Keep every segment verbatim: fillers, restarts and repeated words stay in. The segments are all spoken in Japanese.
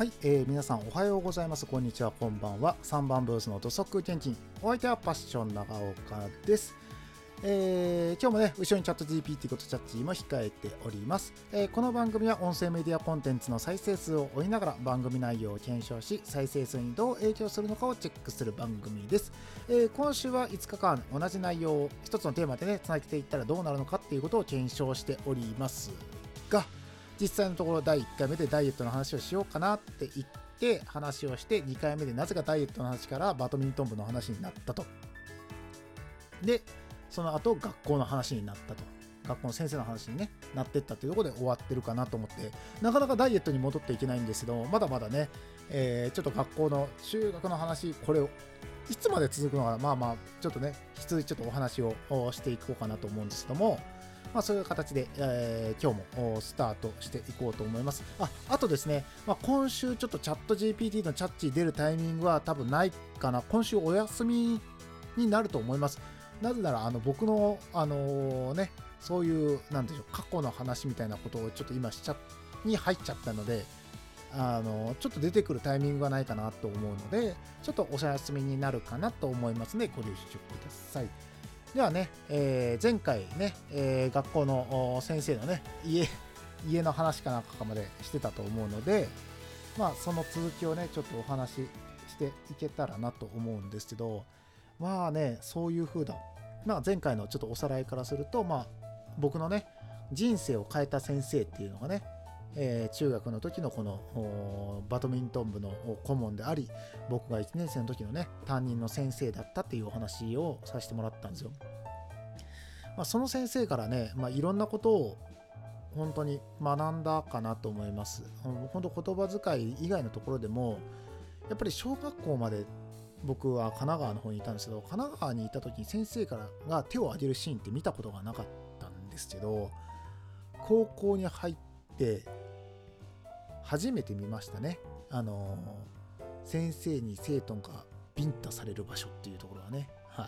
はい、えー、皆さんおはようございます。こんにちは、こんばんは。さんばんブースの土足現金。お相手はパッション長岡です。えー、今日もね、後ろにチャット ジーピーティー ことチャッチーも控えております。えー、この番組は音声メディアコンテンツの再生数を追いながら番組内容を検証し、再生数にどう影響するのかをチェックする番組です。えー、今週はいつかかん同じ内容を一つのテーマでね、つなげていったらどうなるのかっていうことを検証しておりますが、実際のところだいいっかいめでダイエットの話をしようかなって言って話をして、にかいめでなぜかダイエットの話からバドミントン部の話になったと。で、その後学校の話になったと。学校の先生の話に、ね、なってったというところで終わってるかなと思って、なかなかダイエットに戻っていけないんですけど、まだまだね、えー、ちょっと学校の中学の話、これをいつまで続くのかな、まあまあ、ちょっとね、引き続きちょっとお話をしていこうかなと思うんですけども、まあ、そういう形で、えー、今日もスタートしていこうと思います。あ、あとですね、まあ、今週ちょっとチャット ジーピーティー のチャッチ出るタイミングは多分ないかな。今週お休みになると思います。なぜなら、あの僕の、あのー、ね、そういう、なんでしょう、過去の話みたいなことをちょっと今しちゃに入っちゃったので、あのー、ちょっと出てくるタイミングがないかなと思うので、ちょっとお休みになるかなと思いますので、ご了承ください。ではね、えー、前回ね、えー、学校の先生のね、家、家の話かなんかまでしてたと思うので、まあ、その続きをね、ちょっとお話ししていけたらなと思うんですけど、まあね、そういう風な、まあ、前回のちょっとおさらいからすると、まあ、僕のね、人生を変えた先生っていうのがね、えー、中学の時のこのバドミントン部の顧問であり、僕がいちねん生の時のね、担任の先生だったっていうお話をさせてもらったんですよ。まあ、その先生からね、まあ、いろんなことを本当に学んだかなと思います。本当言葉遣い以外のところでも、やっぱり小学校まで僕は神奈川の方にいたんですけど、神奈川にいた時に先生からが手を挙げるシーンって見たことがなかったんですけど、高校に入って初めて見ましたね。あのー、先生に生徒がビンタされる場所っていうところはね、はい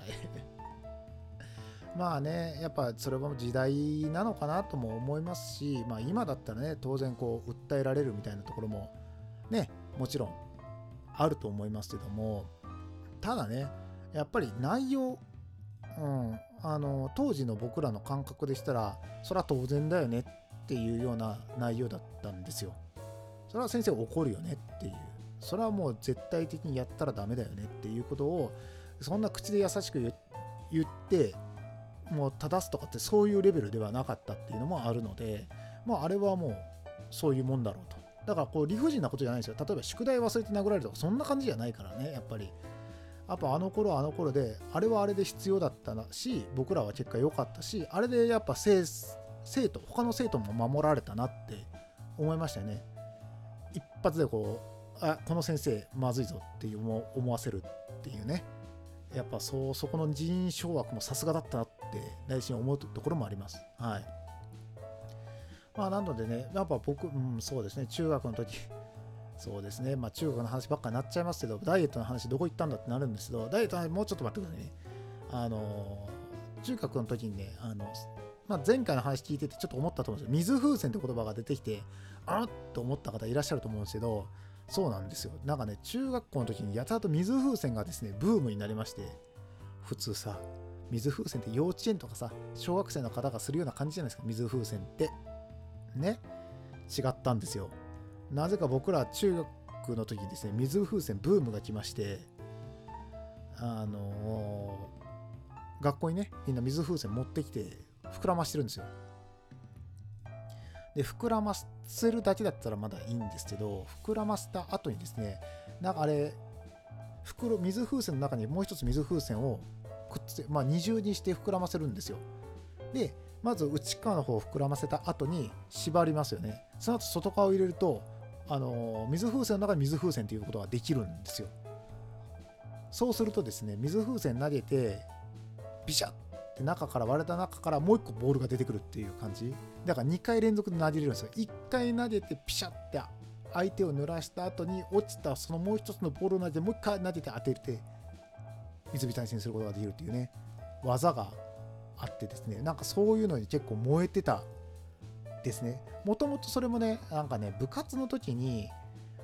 まあね、やっぱそれも時代なのかなとも思いますし、まあ今だったらね、当然こう訴えられるみたいなところもね、もちろんあると思いますけども、ただね、やっぱり内容、うん、あの当時の僕らの感覚でしたら、それは当然だよねっていうような内容だったんですよ。それは先生怒るよねっていう、それはもう絶対的にやったらダメだよねっていうことを、そんな口で優しく言ってもう正すとかってそういうレベルではなかったっていうのもあるので、まああれはもうそういうもんだろうと。だからこう理不尽なことじゃないんですよ。例えば宿題忘れて殴られるとかそんな感じじゃないからね、やっぱり。やっぱあの頃はあの頃で、あれはあれで必要だったし、僕らは結果良かったし、あれでやっぱ生生徒他の生徒も守られたなって思いましたよね。一発でこう、あ、この先生まずいぞっていう思わせるっていうね。やっぱそうそこの人員掌握もさすがだったなって内心思うところもあります。はい。まあなのでね、やっぱ僕、うん、そうですね、中学の時、そうですね、まあ中学の話ばっかりになっちゃいますけど、ダイエットの話どこ行ったんだってなるんですけど、ダイエットの話もうちょっと待ってくださいね。あの中学の時にね、あのまあ、前回の話聞いててちょっと思ったと思うんですよ。水風船って言葉が出てきて、あっと思った方いらっしゃると思うんですけど、そうなんですよ。なんかね、中学校の時にやたらと水風船がですね、ブームになりまして、普通さ、水風船って幼稚園とかさ、小学生の方がするような感じじゃないですか、水風船って。ね、違ったんですよ。なぜか僕ら中学の時にですね、水風船ブームが来まして、あのー、学校にね、みんな水風船持ってきて、膨らましてるんですよ。で、膨らませるだけだったらまだいいんですけど、膨らませた後にですね、なんかあれ、袋水風船の中にもう一つ水風船をくっつけ、まあ、二重にして膨らませるんですよ。で、まず内側の方を膨らませた後に縛りますよね。その後外側を入れると、あのー、水風船の中に水風船ということができるんですよ。そうするとですね、水風船投げてビシャッで中から割れた中からもう一個ボールが出てくるっていう感じだからにかい連続で投げれるんですよ。いっかい投げてピシャって相手を濡らした後に落ちたそのもう一つのボールを投げてもう一回投げて当てて水浸しにすることができるっていうね、技があってですね、なんかそういうのに結構燃えてたですね。もともとそれもね、なんかね、部活の時に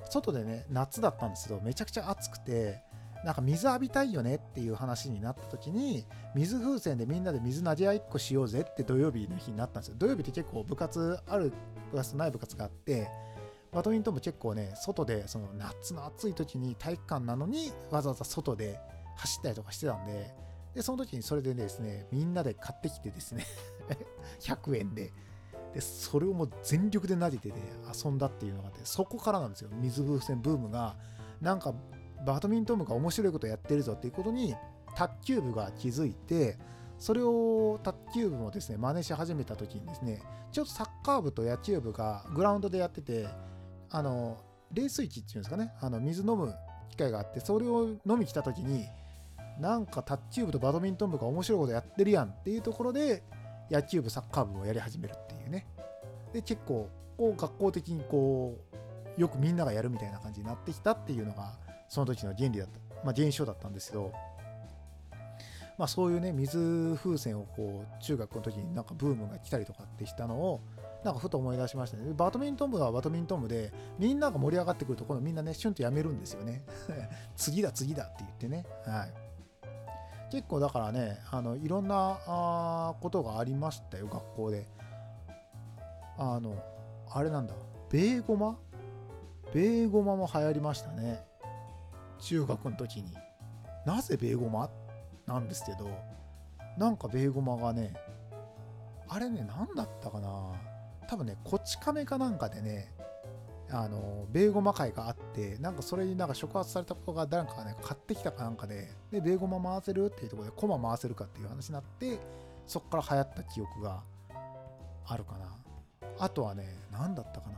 外でね夏だったんですけど、めちゃくちゃ暑くて、なんか水浴びたいよねっていう話になった時に、水風船でみんなで水なじ合いっこしようぜって土曜日の日になったんですよ。土曜日って結構部活ある部活とない部活があって、バドミントンも結構ね外で、その夏の暑い時に体育館なのにわざわざ外で走ったりとかしてたんで、でその時にそれでですね、みんなで買ってきてですねひゃくえんで、でそれをもう全力で撫でて、ね、遊んだっていうのがあって、そこからなんですよ、水風船ブームが。なんかバドミントン部が面白いことやってるぞっていうことに卓球部が気づいて、それを卓球部もですね真似し始めた時にですね、ちょっとサッカー部と野球部がグラウンドでやってて、あの冷水器っていうんですかね、あの水飲む機会があって、それを飲み来た時に、なんか卓球部とバドミントン部が面白いことやってるやんっていうところで、野球部サッカー部をやり始めるっていうね。で結構こう学校的にこうよくみんながやるみたいな感じになってきたっていうのがその時の原理だった、まあ、現象だったんですけど、まあ、そういうね水風船をこう中学の時になんかブームが来たりとかってしたのをなんかふと思い出しましたね。バドミントン部はバドミントン部でみんなが盛り上がってくるところみんなねシュンとやめるんですよね次だ次だって言ってね、はい、結構だからね、あのいろんなあことがありましたよ学校で。あのあれなんだ、ベーゴマベーゴマも流行りましたね中学の時に。なぜベーゴマなんですけど、なんかベーゴマがね、あれね何だったかな、多分ねこち亀かなんかでね、あのベーゴマ会があって、なんかそれになんか触発されたことが誰かがね買ってきたかなんかで、でベーゴマ回せるっていうところでコマ回せるかっていう話になって、そこから流行った記憶があるかな。あとはね何だったかな、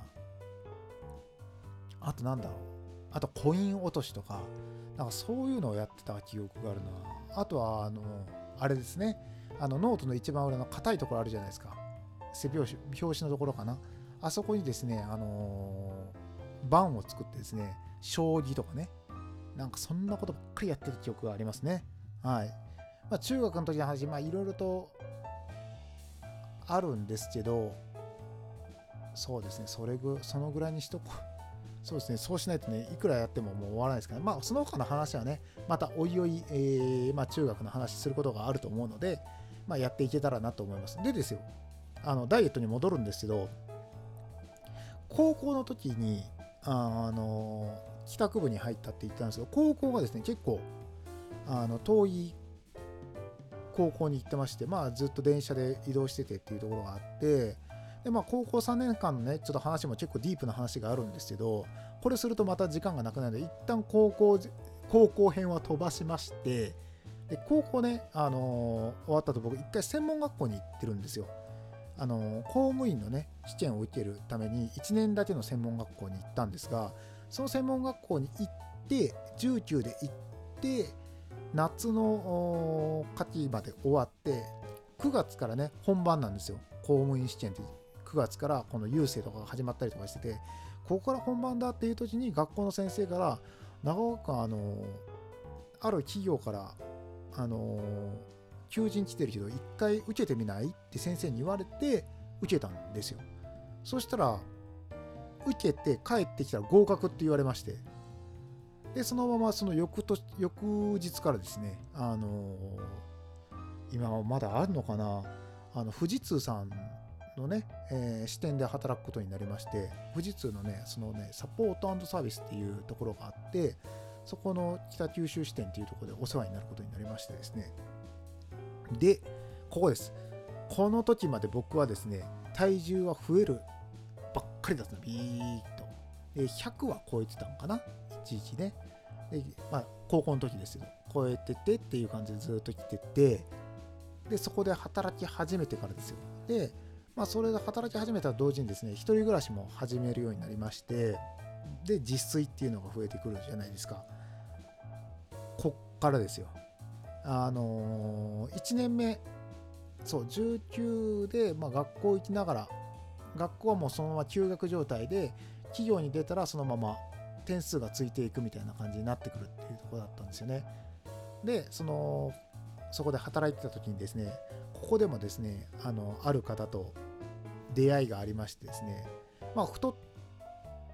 あとなんだろう、あとコイン落としとか、なんかそういうのをやってた記憶があるな。あとはあのあれですね、あのノートの一番裏の硬いところあるじゃないですか、背表紙表紙のところかな、あそこにですね、あのー、盤を作ってですね、将棋とかね、なんかそんなことばっかりやってた記憶がありますね。はい。まあ、中学の時の話、まあいろいろとあるんですけど、そうですね、それぐそのぐらいにしとこう。そうですね、そうしないとね、いくらやってももう終わらないですから、まあその他の話はね、またおいおい、えーまあ、中学の話することがあると思うので、まあ、やっていけたらなと思います。でですよ、あのダイエットに戻るんですけど、高校の時にあの帰宅部に入ったって言ったんですけど、高校がですね結構あの遠い高校に行ってまして、まあずっと電車で移動しててっていうところがあって、でまあ高校さんねんかんのねちょっと話も結構ディープな話があるんですけど、これするとまた時間がなくなるので、一旦高校高校編は飛ばしまして、で高校ね、あのー終わった後僕一回専門学校に行ってるんですよ。あのー公務員のね試験を受けるためにいちねんだけの専門学校に行ったんですが、その専門学校に行ってじゅうきゅうで行って夏の夏季まで終わってくがつからね本番なんですよ。公務員試験ってくがつからこの郵政とかが始まったりとかしてて、ここから本番だっていう時に学校の先生から長岡君、あのーある企業からあのー求人来てるけど一回受けてみないって先生に言われて受けたんですよ。そしたら受けて帰ってきたら合格って言われまして、でそのままその翌と翌日からですね、あのー今はまだあるのかな、あの富士通さんのね、えー支店で働くことになりまして、富士通のねそのねサポート&サービスっていうところがあって、そこの北九州支店っていうところでお世話になることになりましてですね、でここです。この時まで僕はですね体重は増えるばっかりだったの、ビーッと。でひゃくは超えてたのかな、一時ね。で、まあ、高校の時ですよ、超えててっていう感じでずっと来てて、でそこで働き始めてからですよ。でまあそれで働き始めたと同時にですね、一人暮らしも始めるようになりまして、で自炊っていうのが増えてくるじゃないですか。こっからですよ。あのー、いちねんめ、そうじゅうきゅうで、まあ、学校行きながら、学校はもうそのまま休学状態で、企業に出たらそのまま点数がついていくみたいな感じになってくるっていうところだったんですよね。でそのそこで働いてた時にですね、ここでもですね、あのある方と出会いがありましてですね、まあ太っ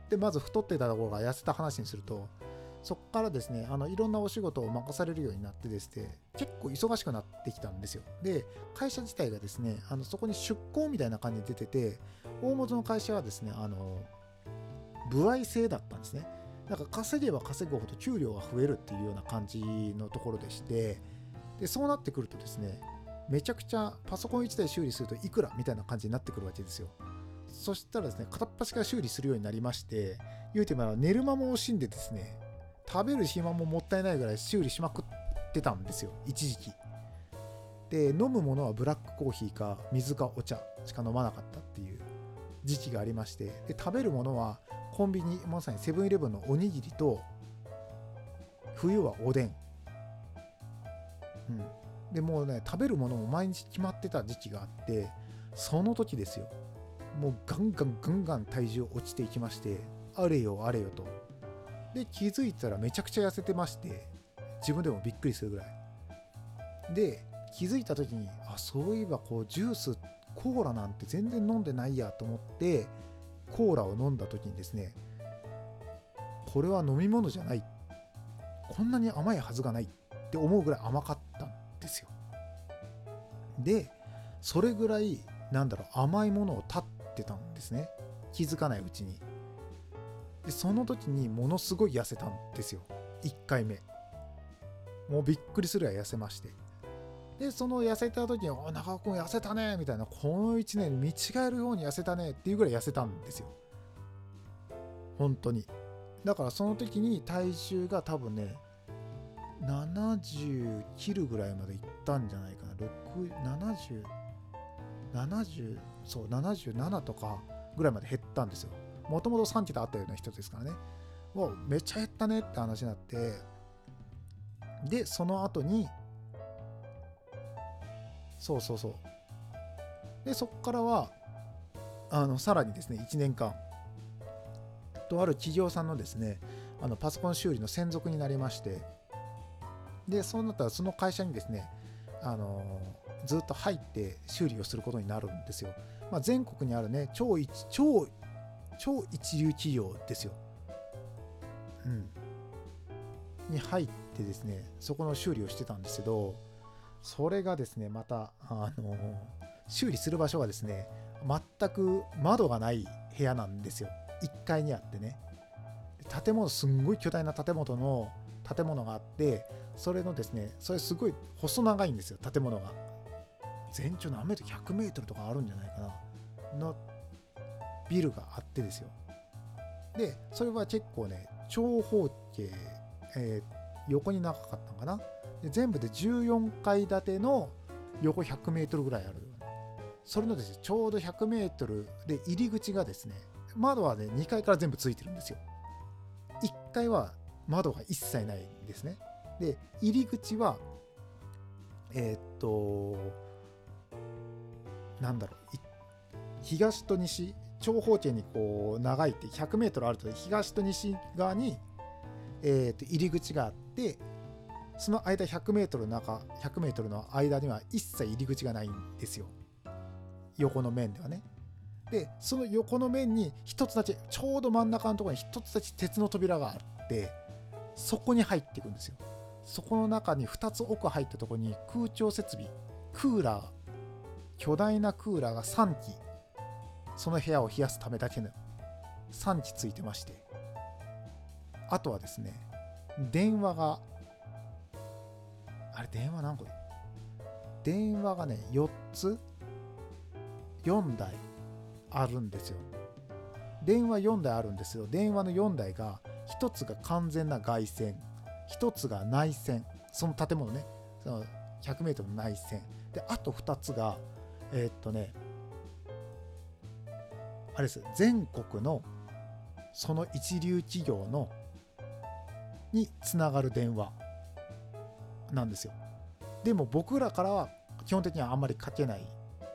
でまず太ってたところが痩せた話にすると、そこからですね、あのいろんなお仕事を任されるようになってですね、結構忙しくなってきたんですよ。で、会社自体がですね、あのそこに出向みたいな感じで出てて、大元の会社はですね、あの歩合制だったんですね。なんか稼げば稼ぐほど給料が増えるっていうような感じのところでして、でそうなってくるとですね、めちゃくちゃパソコンいちだい修理するといくらみたいな感じになってくるわけですよ。そしたらですね、片っ端から修理するようになりまして、言うてみれば寝る間も惜しんでですね、食べる暇ももったいないぐらい修理しまくってたんですよ、一時期。で、飲むものはブラックコーヒーか水かお茶しか飲まなかったっていう時期がありまして、で食べるものはコンビニ、まさにセブンイレブンのおにぎりと、冬はおでん。うん。でもうね、食べるものも毎日決まってた時期があって、その時ですよ。もうガンガンガンガン体重落ちていきまして、あれよあれよと。で、気づいたらめちゃくちゃ痩せてまして、自分でもびっくりするぐらい。で、気づいた時に、あ、そういえばこうジュース、コーラなんて全然飲んでないやと思って、コーラを飲んだ時にですね、これは飲み物じゃない。こんなに甘いはずがないって思うぐらい甘かったんですよ。で、それぐらい、なんだろう、甘いものを断ってたんですね。気づかないうちに。で、その時にものすごい痩せたんですよ。いっかいめ。もうびっくりするぐらい痩せまして。で、その痩せた時に、お、中尾くん痩せたねみたいな、このいちねん見違えるように痩せたねっていうぐらい痩せたんですよ。本当に。だからその時に体重が多分ね、ななじゅう切るぐらいまでいったんじゃないかな。ろく、ななじゅう、ななじゅう、そう、ななじゅうななとかぐらいまで減ったんですよ。もともとさん桁あったような人ですからね。もうめっちゃ減ったねって話になって、で、その後に、そうそうそう。で、そこからは、あの、さらにですね、いちねんかん、とある企業さんのですね、あのパソコン修理の専属になりまして、で、そうなったらその会社にですね、あのーずっと入って修理をすることになるんですよ。まあ、全国にあるね、超一、超、超一流企業ですよ。うん。に入ってですね、そこの修理をしてたんですけど、それがですね、また、あのー修理する場所がですね、全く窓がない部屋なんですよ。いっかいにあってね。建物、すんごい巨大な建物の建物があって、それのですね、それすごい細長いんですよ、建物が。全長何メートル、ひゃくメートルとかあるんじゃないかな、のビルがあってですよ。で、それは結構ね、長方形、えー、横に長かったのかな。で、全部でじゅうよんかい建ての横ひゃくメートルぐらいある。それのですね、ちょうどひゃくメートルで入り口がですね、窓はね、にかいから全部ついてるんですよ。いっかいは窓が一切ないんですね。で、入り口は、えー、っと、なんだろう、東と西、長方形にこう長いってひゃくメートルあると、東と西側に、えー、っと入り口があって、その間ひゃくメートルの中、ひゃくメートルの間には一切入り口がないんですよ。横の面ではね。で、その横の面に一つだけ、ちょうど真ん中のところに一つだけ鉄の扉があって、そこに入っていくんですよ。そこの中にふたつ奥入ったところに空調設備、クーラー、巨大なクーラーがさんき、その部屋を冷やすためだけのさんきついてまして、あとはですね、電話が、あれ電話何個？電話がね、よっつよんだいあるんですよ。電話よんだいあるんですよ。電話のよんだいが、ひとつが完全な外線、ひとつが内線、その建物ね、そのひゃくメートルの内線で、あとふたつがえー、っとねあれです、全国のその一流企業のにつながる電話なんですよ。でも僕らからは基本的にはあんまりかけない、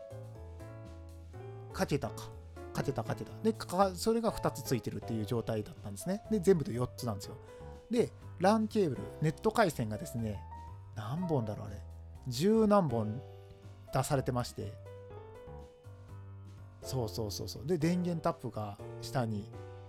かけたかかけたかけたで、それがふたつついてるっていう状態だったんですね。で、全部でよっつなんですよ。で、ランケーブル、ネット回線がですね、何本だろうあれ、十何本出されてまして、そうそうそうそう。で、電源タップが下に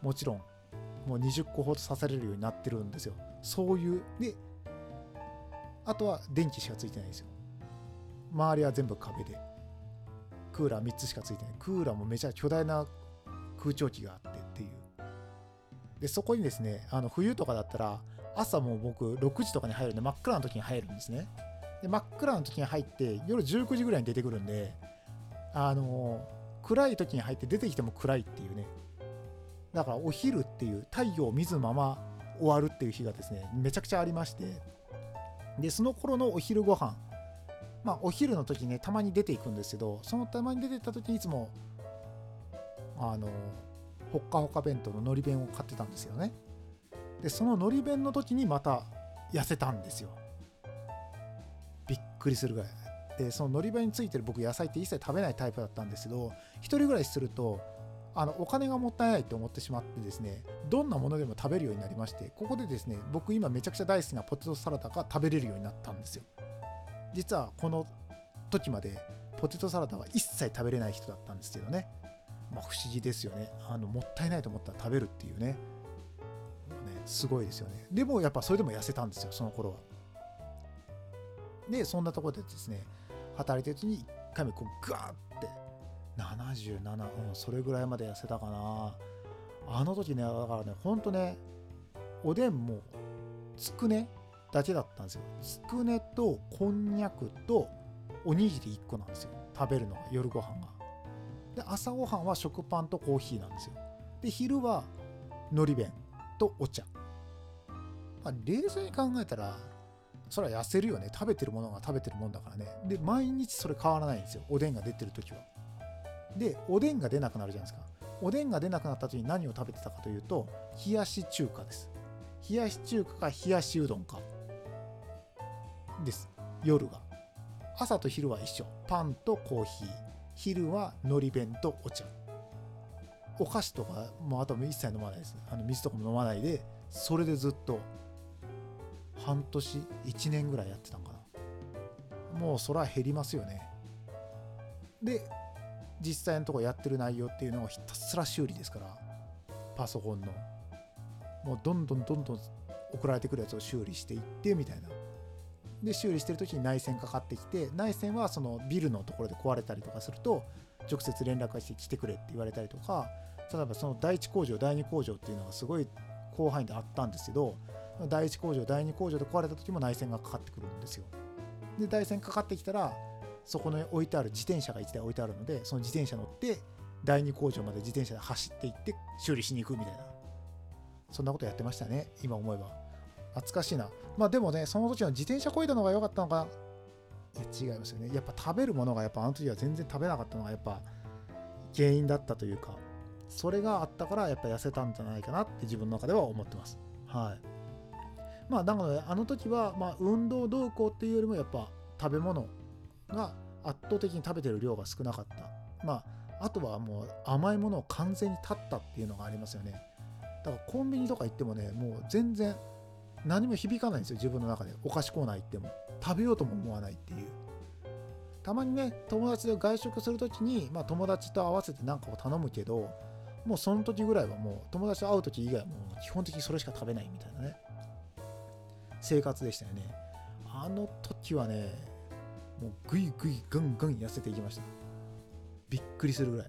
もちろんもうにじゅっこほど刺されるようになってるんですよ。そういうで、あとは電気しかついてないんですよ。周りは全部壁で、クーラーみっつしかついてない。クーラーもめちゃ巨大な空調機があってっていう。でそこにですね、あの冬とかだったら朝もう僕ろくじとかに入るんで、真っ暗な時に入るんですね。で真っ暗な時に入って夜じゅうくじぐらいに出てくるんで、あの暗い時に入って出てきても暗いっていうね。だからお昼っていう太陽を見ずまま終わるっていう日がですね、めちゃくちゃありまして、でその頃のお昼ご飯、まあお昼の時ねたまに出ていくんですけど、そのたまに出てった時にいつもあのほっかほか弁当ののり弁を買ってたんですよね。でそののり弁の時にまた痩せたんですよ。びっくりするぐらいで、そののり弁についてる僕野菜って一切食べないタイプだったんですけど、一人暮らしするとあのお金がもったいないと思ってしまってですね、どんなものでも食べるようになりまして、ここでですね僕今めちゃくちゃ大好きなポテトサラダが食べれるようになったんですよ。実はこの時までポテトサラダは一切食べれない人だったんですけどね、まあ、不思議ですよね。あのもったいないと思ったら食べるっていうね、ねすごいですよね。でもやっぱそれでも痩せたんですよ、その頃は。でそんなところでですね働いてるうちにいっかいめこうガーってななじゅうなな、うん、それぐらいまで痩せたかな。あの時ね、だからねほんとね、おでんもつくねだけだったんですよ。つくねとこんにゃくとおにぎりいっこなんですよ、食べるのが夜ご飯が。で朝ごはんは食パンとコーヒーなんですよ。で昼はのり弁とお茶、まあ、冷静に考えたらそれは痩せるよね。食べてるものが食べてるもんだからね。で毎日それ変わらないんですよ、おでんが出てる時は。でおでんが出なくなるじゃないですか。おでんが出なくなった時に何を食べてたかというと、冷やし中華です。冷やし中華か冷やしうどんかです。夜が朝と昼は一緒、パンとコーヒー、昼はのり弁とお茶。お菓子とかもうあと一切飲まないです。あの水とかも飲まないで、それでずっと半年いちねんぐらいやってたんかな。もうそれは減りますよね。で実際のところやってる内容っていうのはひたすら修理ですから、パソコンのもうどんどんどんどん送られてくるやつを修理していってみたいな。で修理してる時に内線かかってきて、内線はそのビルのところで壊れたりとかすると直接連絡して来てくれって言われたりとか、例えばその第一工場第二工場っていうのがすごい広範囲であったんですけど、第一工場第二工場で壊れた時も内線がかかってくるんですよ。で内線かかってきたらそこに置いてある自転車がいちだい置いてあるので、その自転車乗って第二工場まで自転車で走っていって修理しに行くみたいな、そんなことやってましたね。今思えば懐かしいな。まあでもね、その時の自転車こいだのが良かったのかな。いや違いますよね。やっぱ食べるものがやっぱあの時は全然食べなかったのがやっぱ原因だったというか、それがあったからやっぱ痩せたんじゃないかなって自分の中では思ってます。はい。まあなのであの時はまあ運動動向っていうよりもやっぱ食べ物が圧倒的に食べてる量が少なかった。まああとはもう甘いものを完全に断ったっていうのがありますよね。だからコンビニとか行ってもね、もう全然何も響かないんですよ、自分の中で。お菓子コーナー行っても食べようとも思わないっていう。たまにね友達で外食するときに、まあ、友達と合わせて何かを頼むけど、もうその時ぐらいはもう友達と会う時以外はもう基本的にそれしか食べないみたいなね生活でしたよね。あの時はねもうグイグイガンガン痩せていきました。びっくりするぐらい。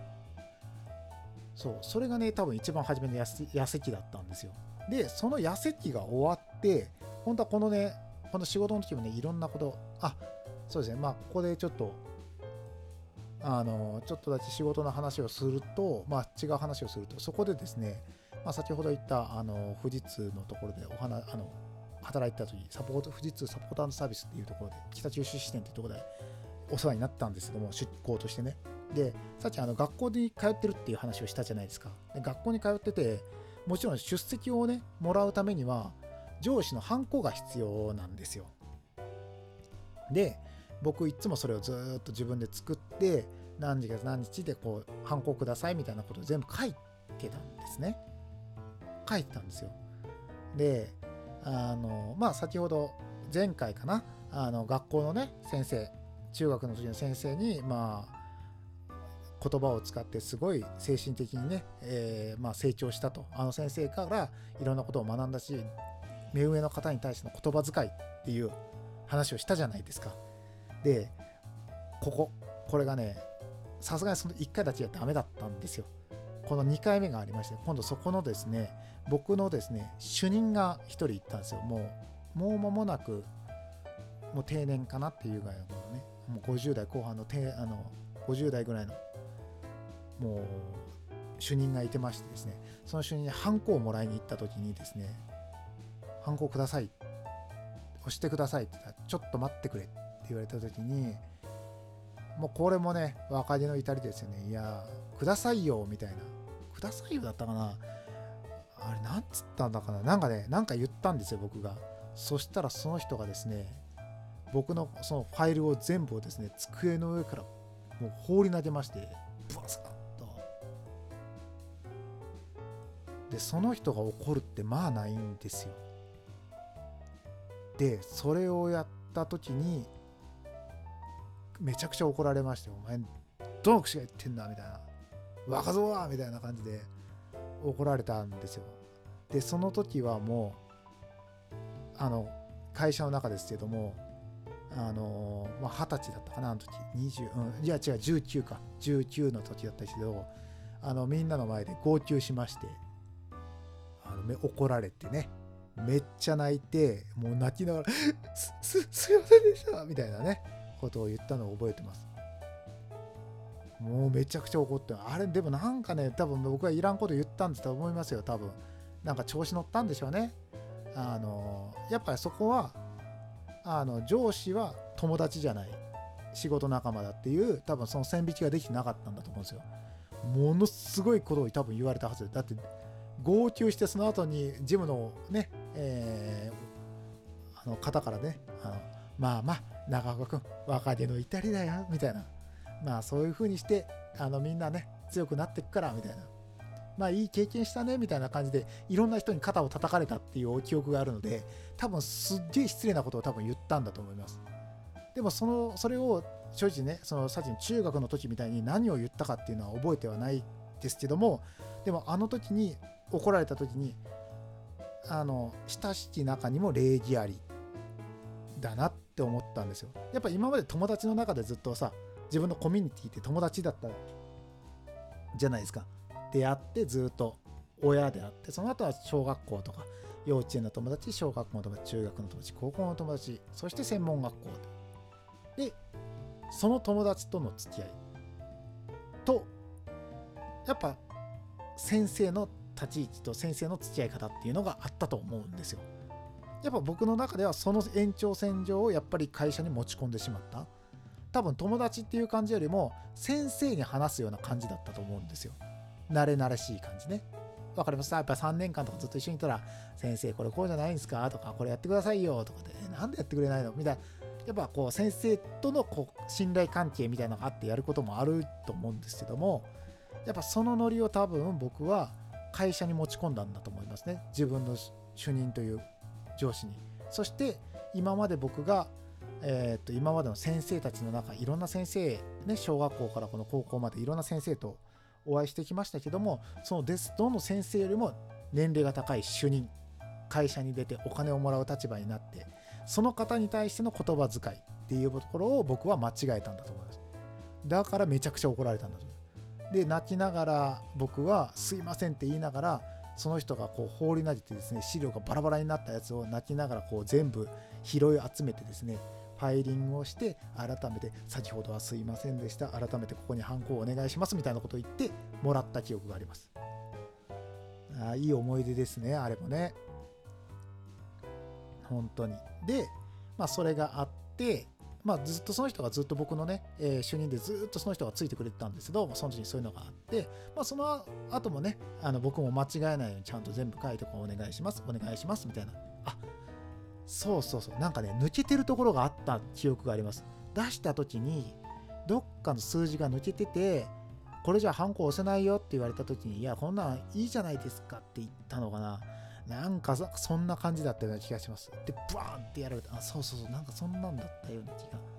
そう、それがね多分一番初めの痩せ、痩せ期だったんですよ。でその痩せ期が終わって、本当はこのねこの仕事の時もねいろんなこと、あそうですね、まあここでちょっとあのちょっとだけ仕事の話をすると、まあ違う話をすると、そこでですね、まあ、先ほど言ったあの富士通のところでお話あの働いてた時、サポート富士通サポート&サービスっていうところで北九州支店っていうところでお世話になったんですけども、出向としてね。でさっきあの学校に通ってるっていう話をしたじゃないですか。で学校に通ってて、もちろん出席をねもらうためには上司のハンコが必要なんですよ。で僕いつもそれをずっと自分で作って、何時何日でこうハンコくださいみたいなことを全部書いてたんですね。書いてたんですよ。であのまあ先ほど前回かな、あの学校のね先生、中学の時の先生にまあ言葉を使ってすごい精神的にね、えーまあ、成長したと。あの先生からいろんなことを学んだし、目上の方に対しての言葉遣いっていう話をしたじゃないですか。でこここれがね、さすがにそのいっかいだけじゃダメだったんですよ。このにかいめがありまして、今度そこのですね、僕のですね主任がひとりいったんですよ。もうもう間もなくもう定年かなっていうぐらいのものね、もうごじゅう代後半のてあのごじゅう代ぐらいのもう主任がいてましてですね、その主任にハンコをもらいに行った時にですね、ハンコください、押してくださいって言ったら、ちょっと待ってくれって言われた時に、もうこれもね若気の至りですよね。いやくださいよみたいな、くださいよだったかな、あれなんつったんだかな、なんかねなんか言ったんですよ僕が。そしたらその人がですね、僕のそのファイルを全部をですね机の上からもう放り投げまして、ブワスカッと。でその人が怒るってまあないんですよ。でそれをやった時にめちゃくちゃ怒られまして、お前どの口が言ってんだみたいな、若造はみたいな感じで怒られたんですよ。でその時はもうあの会社の中ですけども、あのまあ二十歳だったかな、あの時にじゅう、うん、いや違うじゅうきゅうか、じゅうきゅうの時だったけど、あのみんなの前で号泣しまして、あの怒られてね、めっちゃ泣いて、もう泣きながらす, す, すいませんでしたみたいなねことを言ったのを覚えてます。もうめちゃくちゃ怒って、あれでもなんかね、多分僕はいらんこと言ったんだと思いますよ。多分なんか調子乗ったんでしょうね。あのやっぱりそこはあの上司は友達じゃない仕事仲間だっていう、多分その線引きができてなかったんだと思うんですよ。ものすごいことを多分言われたはずだって、号泣してその後にジムのね、えー、あの方からね、あのまあまあ長岡君若気の至りだよみたいな、まあそういう風にしてあのみんなね強くなっていくからみたいな、まあいい経験したねみたいな感じでいろんな人に肩を叩かれたっていう記憶があるので、多分すっげえ失礼なことを多分言ったんだと思います。でもそのそれを正直ね、そのさっきの中学の時みたいに何を言ったかっていうのは覚えてはないですけども、でもあの時に怒られた時に、あの親しき中にも礼儀ありだなって思ったんですよ。やっぱ今まで友達の中でずっとさ、自分のコミュニティって友達だったじゃないですか。出会ってずっと親であって、その後は小学校とか幼稚園の友達、小学校の友達、中学の友達、高校の友達、そして専門学校で、その友達との付き合いと、やっぱ先生の立ち位置と先生の付き合い方っていうのがあったと思うんですよ。やっぱ僕の中ではその延長線上をやっぱり会社に持ち込んでしまった。多分友達っていう感じよりも先生に話すような感じだったと思うんですよ。慣れ慣れしい感じね。わかりますか？やっぱさんねんかんとかずっと一緒にいたら、先生これこうじゃないんですかとか、これやってくださいよとかで、なんでやってくれないのみたいな、やっぱこう先生とのこう信頼関係みたいなのがあってやることもあると思うんですけども、やっぱそのノリを多分僕は会社に持ち込んだんだと思いますね。自分の主任という上司に。そして今まで僕がえー、と今までの先生たちの中、いろんな先生、ね、小学校からこの高校までいろんな先生とお会いしてきましたけども、そのデストの先生よりも年齢が高い主任、会社に出てお金をもらう立場になって、その方に対しての言葉遣いっていうところを僕は間違えたんだと思います。だからめちゃくちゃ怒られたんだと思います。で泣きながら僕はすいませんって言いながら、その人がこう放り投げてですね、資料がバラバラになったやつを泣きながらこう全部拾い集めてですね、ファイリングをして、改めて先ほどはすいませんでした、改めてここにハンコをお願いしますみたいなことを言ってもらった記憶があります。あ、いい思い出ですね、あれもね、本当に。で、まあそれがあって、まあずっとその人がずっと僕のね、えー、主任でずっとその人がついてくれてたんですけど、その時にそういうのがあって、まあその後もね、あの僕も間違えないようにちゃんと全部書いてこうお願いしますお願いしますみたいな、あ、そうそうそう、なんかね抜けてるところがあった記憶があります。出した時にどっかの数字が抜けてて、これじゃハンコ押せないよって言われた時に、いやこんなんいいじゃないですかって言ったのかな、なんかそんな感じだったような気がします。でバーンってやられた、あ、そうそうそう、なんかそんなんだったような気が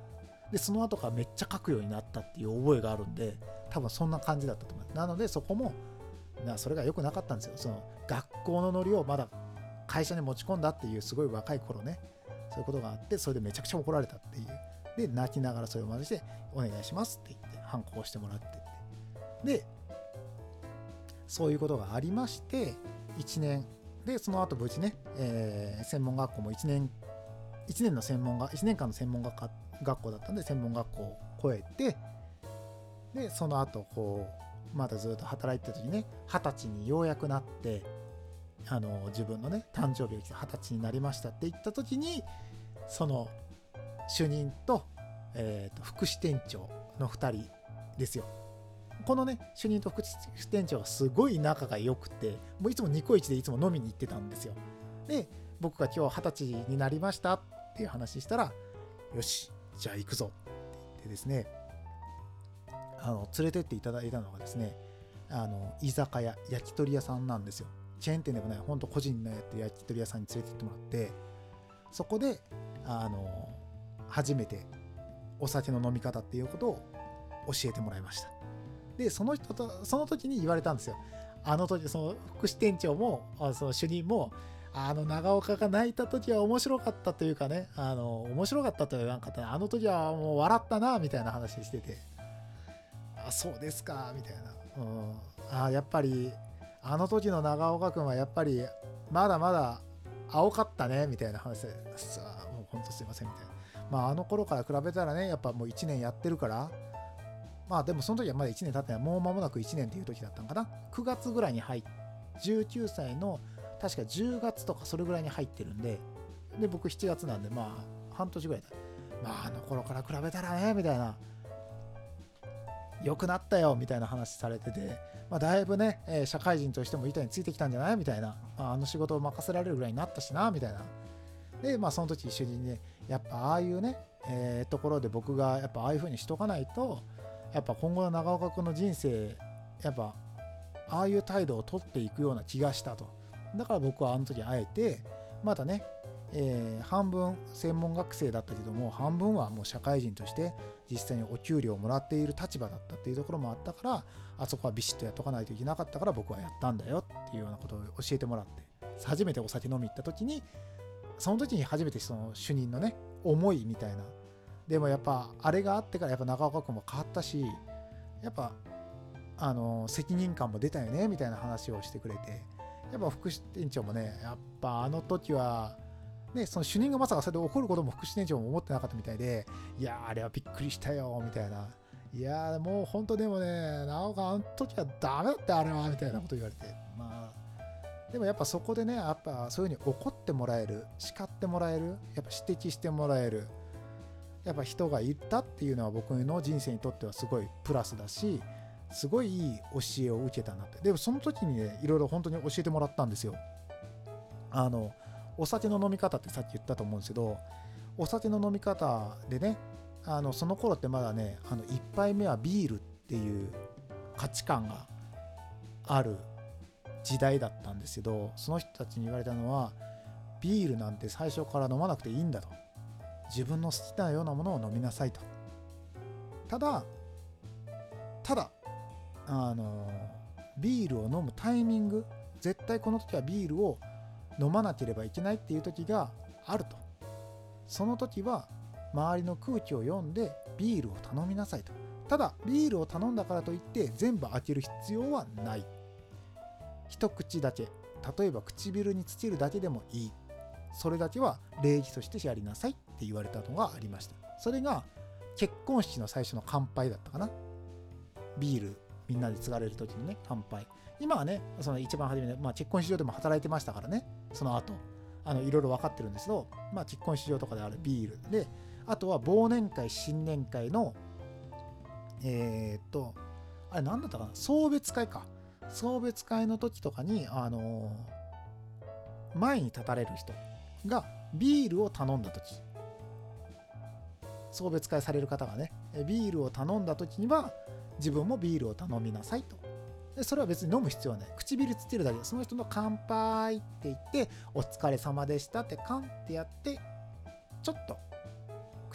でその後からめっちゃ書くようになったっていう覚えがあるんで、多分そんな感じだったと思います。なのでそこもなそれが良くなかったんですよ。その学校のノリをまだ会社に持ち込んだっていうすごい若い頃ね、そういうことがあって、それでめちゃくちゃ怒られたっていう。で泣きながらそれをまずしてお願いしますって言ってハンコをしてもらってって、でそういうことがありましていちねんで、その後無事ね、えー、専門学校もいちねんいちねんの専門がいちねんかんの専門学科学校だったんで、専門学校を超えて、でその後こうまだずっと働いてる時にね、はたちにようやくなって、あの自分のね誕生日が来てはたちになりましたって言った時に、その主任と、えー、と副支店長のふたりですよ。このね主任と副支店長がすごい仲が良くて、もういつもニコイチでいつも飲みに行ってたんですよ。で僕が今日はたちになりましたっていう話したら、よしじゃあ行くぞって言ってですね、あの連れてっていただいたのがですね、あの居酒屋焼き鳥屋さんなんですよ。チェーン店でもない本当個人のやってる焼き鳥屋さんに連れてってもらって、そこであの初めてお酒の飲み方っていうことを教えてもらいました。でその人とその時に言われたんですよ。あの時その副支店長もその主任も、あの長岡が泣いた時は面白かったというかね、あの面白かったとは言わんかった、あの時はもう笑ったなみたいな話してて、あそうですかみたいな、うん、あやっぱりあの時の長岡くんはやっぱりまだまだ青かったねみたいな話で、さあもう本当すいませんみたいな。まああの頃から比べたらね、やっぱもういちねんやってるから、まあでもその時はまだいちねん経ってない、もう間もなくいちねんっていう時だったのかな。くがつぐらいに入っじゅうきゅうさいの確かじゅうがつとかそれぐらいに入ってるんで、で僕しちがつなんでまあ半年ぐらいだ。まああの頃から比べたらねみたいな、良くなったよみたいな話されてて、まあ、だいぶね、えー、社会人としても板についてきたんじゃないみたいな、まあ、あの仕事を任せられるぐらいになったしなみたいな。でまあその時一緒にね、やっぱああいうね、えー、ところで僕がやっぱああいう風にしとかないと、やっぱ今後の長岡君の人生やっぱああいう態度を取っていくような気がしたと。だから僕はあの時あえてまだね、えー、半分専門学生だったけども、半分はもう社会人として実際にお給料をもらっている立場だったっていうところもあったから、あそこはビシッとやっとかないといけなかったから僕はやったんだよっていうようなことを教えてもらって、初めてお酒飲み行った時に、その時に初めてその主任のね思いみたいな、でもやっぱあれがあってからやっぱ長岡君も変わったし、やっぱあの責任感も出たよねみたいな話をしてくれて、やっぱ副支店長もね、やっぱあの時はね、その主任がまさかそれで怒ることも副支店長も思ってなかったみたいで、いやーあれはびっくりしたよみたいな、いやーもう本当でもね、長岡あの時はダメだってあれはみたいなこと言われて、まあでもやっぱそこでね、やっぱそういう風に怒ってもらえる、叱ってもらえる、やっぱ指摘してもらえる、やっぱ人がいたっていうのは僕の人生にとってはすごいプラスだし、すごいいい教えを受けたなって。でもその時にね、いろいろ本当に教えてもらったんですよ。あのお酒の飲み方ってさっき言ったと思うんですけど、お酒の飲み方でね、あのその頃ってまだね、あのいっぱいめはビールっていう価値観がある時代だったんですけど、その人たちに言われたのは、ビールなんて最初から飲まなくていいんだと、自分の好きなようなものを飲みなさいと。ただただあのビールを飲むタイミング、絶対この時はビールを飲まなければいけないっていう時があると。その時は周りの空気を読んでビールを頼みなさいと。ただビールを頼んだからといって全部開ける必要はない。一口だけ、例えば唇につけるだけでもいい。それだけは礼儀としてやりなさいって言われたのがありました。それが結婚式の最初の乾杯だったかな。ビールみんなで継がれる時にね、乾杯。今はね、その一番初めで、まあ、結婚式場でも働いてましたからね、その後あのいろいろ分かってるんですけど、まあ、結婚式場とかであるビールで、あとは忘年会新年会のえー、っとあれ何だったかな、送別会か、送別会の時とかに、あのー、前に立たれる人がビールを頼んだ時、送別会される方がねビールを頼んだ時には自分もビールを頼みなさいと。でそれは別に飲む必要はない。唇つけるだけで、その人の乾杯って言って、お疲れ様でしたってカンってやって、ちょっと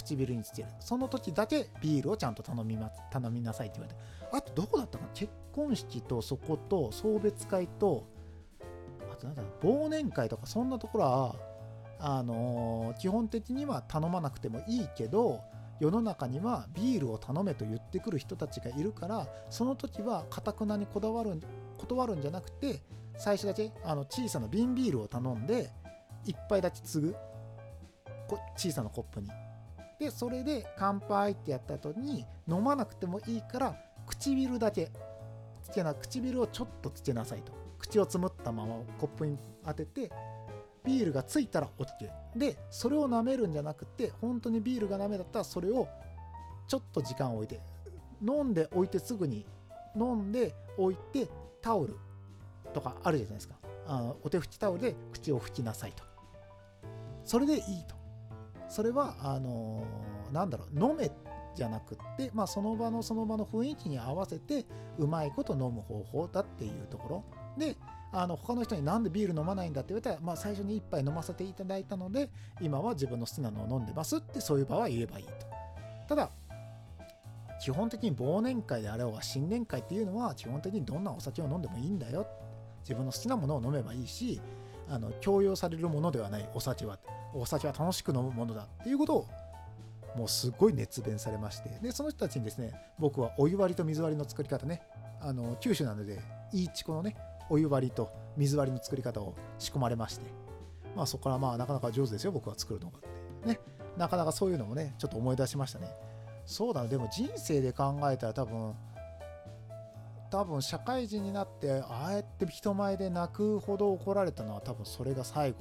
唇につける。その時だけビールをちゃんと頼みま頼みなさいって言われて、あとどこだったかな、結婚式とそこと送別会と、あとなんだろう、忘年会とか、そんなところはあのー基本的には頼まなくてもいいけど、世の中にはビールを頼めと言ってくる人たちがいるから、その時は堅くなにこだわる断るんじゃなくて、最初だけあの小さな瓶ビールを頼んで一杯だけ継ぐ、小さなコップに。でそれで乾杯ってやった後に、飲まなくてもいいから唇だけつけな唇をちょっとつけなさいと。口をつむったままコップに当てて、ビールがついたら OK で、それを舐めるんじゃなくて、本当にビールがダメだったらそれをちょっと時間を置いて、飲んでおいてすぐに飲んでおいて、タオルとかあるじゃないですか、あのお手拭きタオルで口を拭きなさいと。それでいいと。それはあのーなんだろう、飲めじゃなくって、まあ、その場のその場の雰囲気に合わせてうまいこと飲む方法だっていうところで、あの他の人になんでビール飲まないんだって言われたら、まあ、最初に一杯飲ませていただいたので今は自分の好きなのを飲んでますって、そういう場は言えばいいと。ただ基本的に忘年会であろうが新年会っていうのは基本的にどんなお酒を飲んでもいいんだよ、自分の好きなものを飲めばいいし、あの強要されるものではない、お酒はお酒は楽しく飲むものだっていうことをもうすごい熱弁されまして、でその人たちにですね、僕はお湯割りと水割りの作り方ね、あの九州なのでいいちこのねお湯割りと水割りの作り方を仕込まれまして、まあそこからまあなかなか上手ですよ僕は作るのがってね、なかなかそういうのもねちょっと思い出しましたね。そうだ、でも人生で考えたら多分多分社会人になってああやって人前で泣くほど怒られたのは多分それが最後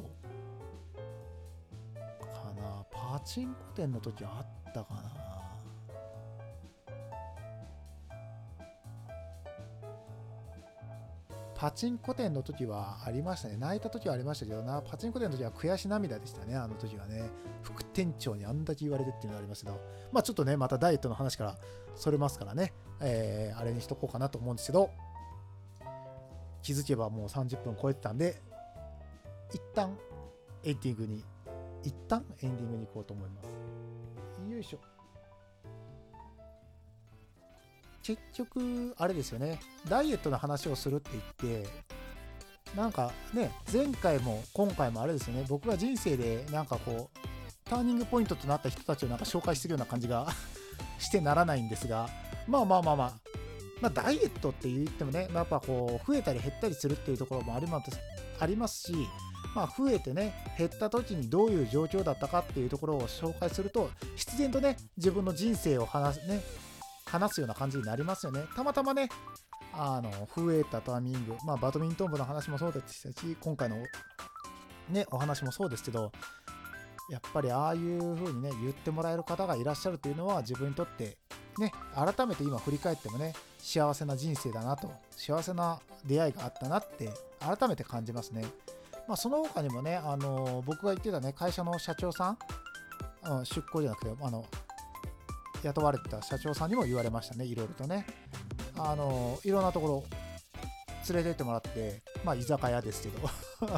かな。パチンコ店の時あったかな。パチンコ店の時はありましたね。泣いた時はありましたけどな、パチンコ店の時は悔し涙でしたね。あの時はね、副店長にあんだけ言われてっていうのがありますけど、まあちょっとねまたダイエットの話からそれますからね、えー、あれにしとこうかなと思うんですけど、気づけばもうさんじゅっぷん超えてたんで、一旦エンディングに一旦エンディングに行こうと思います。よいしょ。結局あれですよね、ダイエットの話をするって言ってなんかね、前回も今回もあれですよね、僕が人生でなんかこうターニングポイントとなった人たちをなんか紹介してるような感じがしてならないんですが、まあまあまあまあまあダイエットって言ってもね、やっぱこう増えたり減ったりするっていうところもありますありますし、まあ増えてね減った時にどういう状況だったかっていうところを紹介すると、必然とね自分の人生を話すね話すような感じになりますよね。たまたまねあの増えたタイミング、まあバドミントン部の話もそうでしたし、今回のねお話もそうですけど、やっぱりああいう風にね言ってもらえる方がいらっしゃるというのは自分にとってね、改めて今振り返ってもね幸せな人生だなと、幸せな出会いがあったなって改めて感じますね。まあその他にもね、あの僕が言ってたね会社の社長さん、あの出向じゃなくてあの雇われてた社長さんにも言われましたね。いろいろとね、あのいろんなところ連れてってもらって、まあ居酒屋ですけど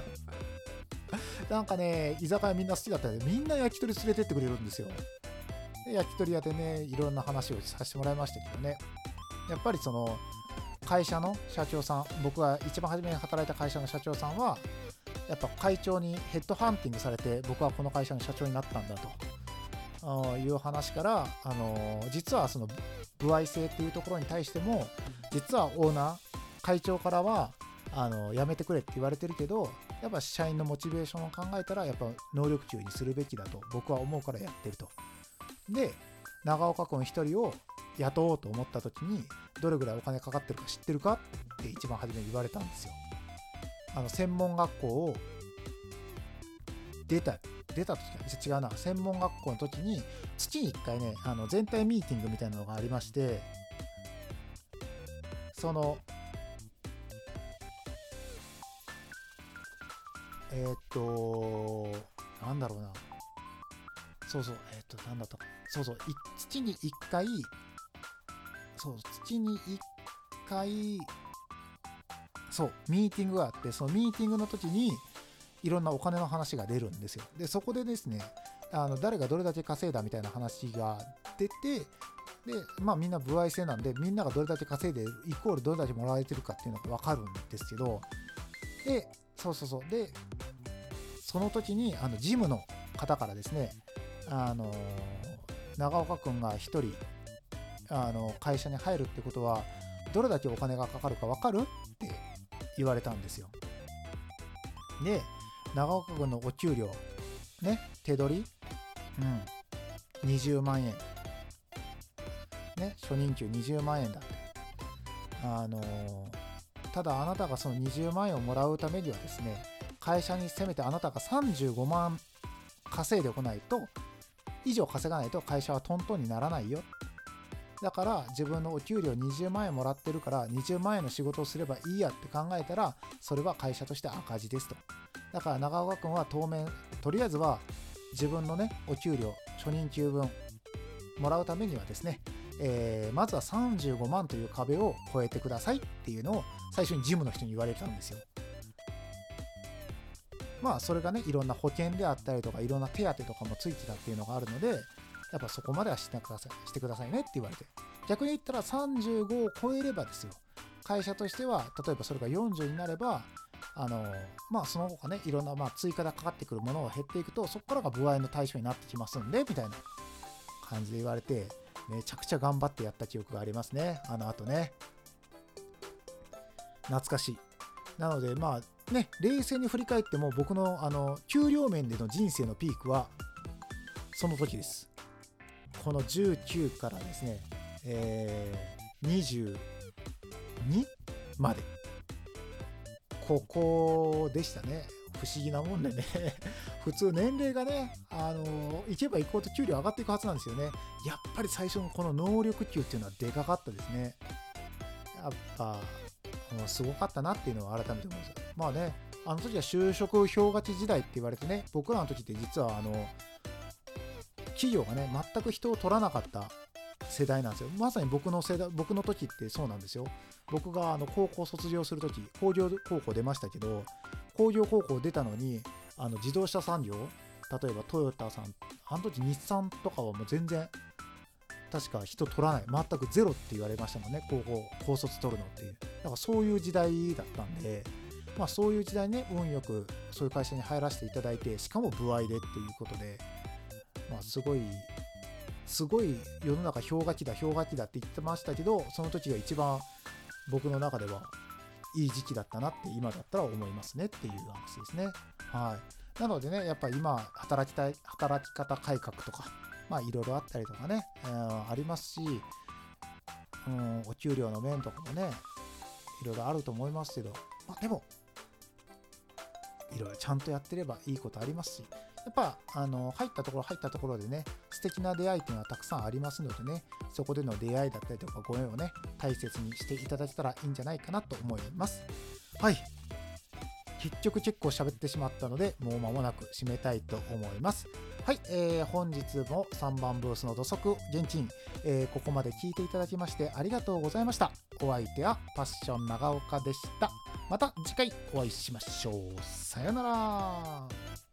なんかね居酒屋みんな好きだったので、みんな焼き鳥連れてってくれるんですよ。で焼き鳥屋でねいろんな話をさせてもらいましたけどね、やっぱりその会社の社長さん、僕が一番初めに働いた会社の社長さんはやっぱ会長にヘッドハンティングされて僕はこの会社の社長になったんだという話から、あの実はその歩合制っていうところに対しても、実はオーナー会長からはあの辞めてくれって言われてるけど、やっぱ社員のモチベーションを考えたらやっぱ能力中にするべきだと僕は思うからやってると。で長岡君一人を雇おうと思った時にどれぐらいお金かかってるか知ってるかって一番初めに言われたんですよ。あの専門学校を出た出た時は違うな専門学校の時に月にいっかいねあの全体ミーティングみたいなのがありまして、そのえー、っとなんだろうなそうそうえー、っとなんだったかそうそう月にいっかいそう月にいっかいそうミーティングがあって、そのミーティングの時にいろんなお金の話が出るんですよ。でそこでですねあの誰がどれだけ稼いだみたいな話が出て、でまあみんな歩合制なんで、みんながどれだけ稼いでイコールどれだけもらえてるかっていうのが分かるんですけど、でそうそうそうでその時にあのジムの方からですね、あの長岡くんが一人あの会社に入るってことはどれだけお金がかかるか分かるって言われたんですよ。で長岡くんのお給料ね、手取り、うん、にじゅうまんえんね、初任給にじゅうまんえんだって。あのただあなたがそのにじゅうまんえんをもらうためにはですね、会社にせめてあなたがさんじゅうごまん稼いでこないと、以上稼がないと会社はトントンにならないよ。だから自分のお給料にじゅうまんえんもらってるからにじゅうまんえんの仕事をすればいいやって考えたら、それは会社として赤字ですと。だから長岡君は当面とりあえずは自分のねお給料初任給分もらうためにはですね、えー、まずはさんじゅうごまんという壁を超えてくださいっていうのを最初にジムの人に言われたんですよ。まあそれがねいろんな保険であったりとかいろんな手当とかもついてたっていうのがあるので、やっぱそこまではしてくださいしてくださいねって言われて、逆に言ったらさんじゅうごを超えればですよ、会社としては例えばそれがよんじゅうになれば、あのまあその他ねいろんなまあ追加でかかってくるものを減っていくと、そこからが歩合の対象になってきますんでみたいな感じで言われて、めちゃくちゃ頑張ってやった記憶がありますね、あの後ね。懐かしい。なのでまあね、冷静に振り返っても僕のあの給料面での人生のピークはその時です。このじゅうきゅうからですね、えー、にじゅうにまでここでしたね。不思議なもんでね普通年齢がね、あのいけばいくほど給料上がっていくはずなんですよね。やっぱり最初のこの能力給っていうのはでかかったですね。やっぱもうすごかったなっていうのは改めて思います。まあね、あの時は就職氷河期時代って言われてね、僕らの時って実はあの企業がね全く人を取らなかった世代なんですよ。まさに僕の世代、僕の時ってそうなんですよ。僕があの高校卒業する時、工業高校出ましたけど、工業高校出たのにあの自動車産業、例えばトヨタさん、あの時日産とかはもう全然確か人取らない、全くゼロって言われましたもんね、高校高卒取るのっていう。だからそういう時代だったんで、まあそういう時代にね運よくそういう会社に入らせていただいて、しかも歩合でっていうことで、まあすごいすごい世の中氷河期だ氷河期だって言ってましたけど、その時が一番僕の中ではいい時期だったなって今だったら思いますねっていう話ですね。はい。なのでね、やっぱり今働きたい働き方改革とか、まあいろいろあったりとかね、えー、ありますし、うん、お給料の面とかもねいろいろあると思いますけど、まあでもいろいろちゃんとやってればいいことありますし、やっぱあの入ったところ入ったところでね素敵な出会いっていうのはたくさんありますのでね、そこでの出会いだったりとかご縁をね大切にしていただけたらいいんじゃないかなと思います。はい、結局結構喋ってしまったのでもう間もなく締めたいと思います。はい、えー、本日もさんばんブースの土足現金、えー、ここまで聞いていただきましてありがとうございました。お相手はパッション長岡でした。また次回お会いしましょう。さよなら。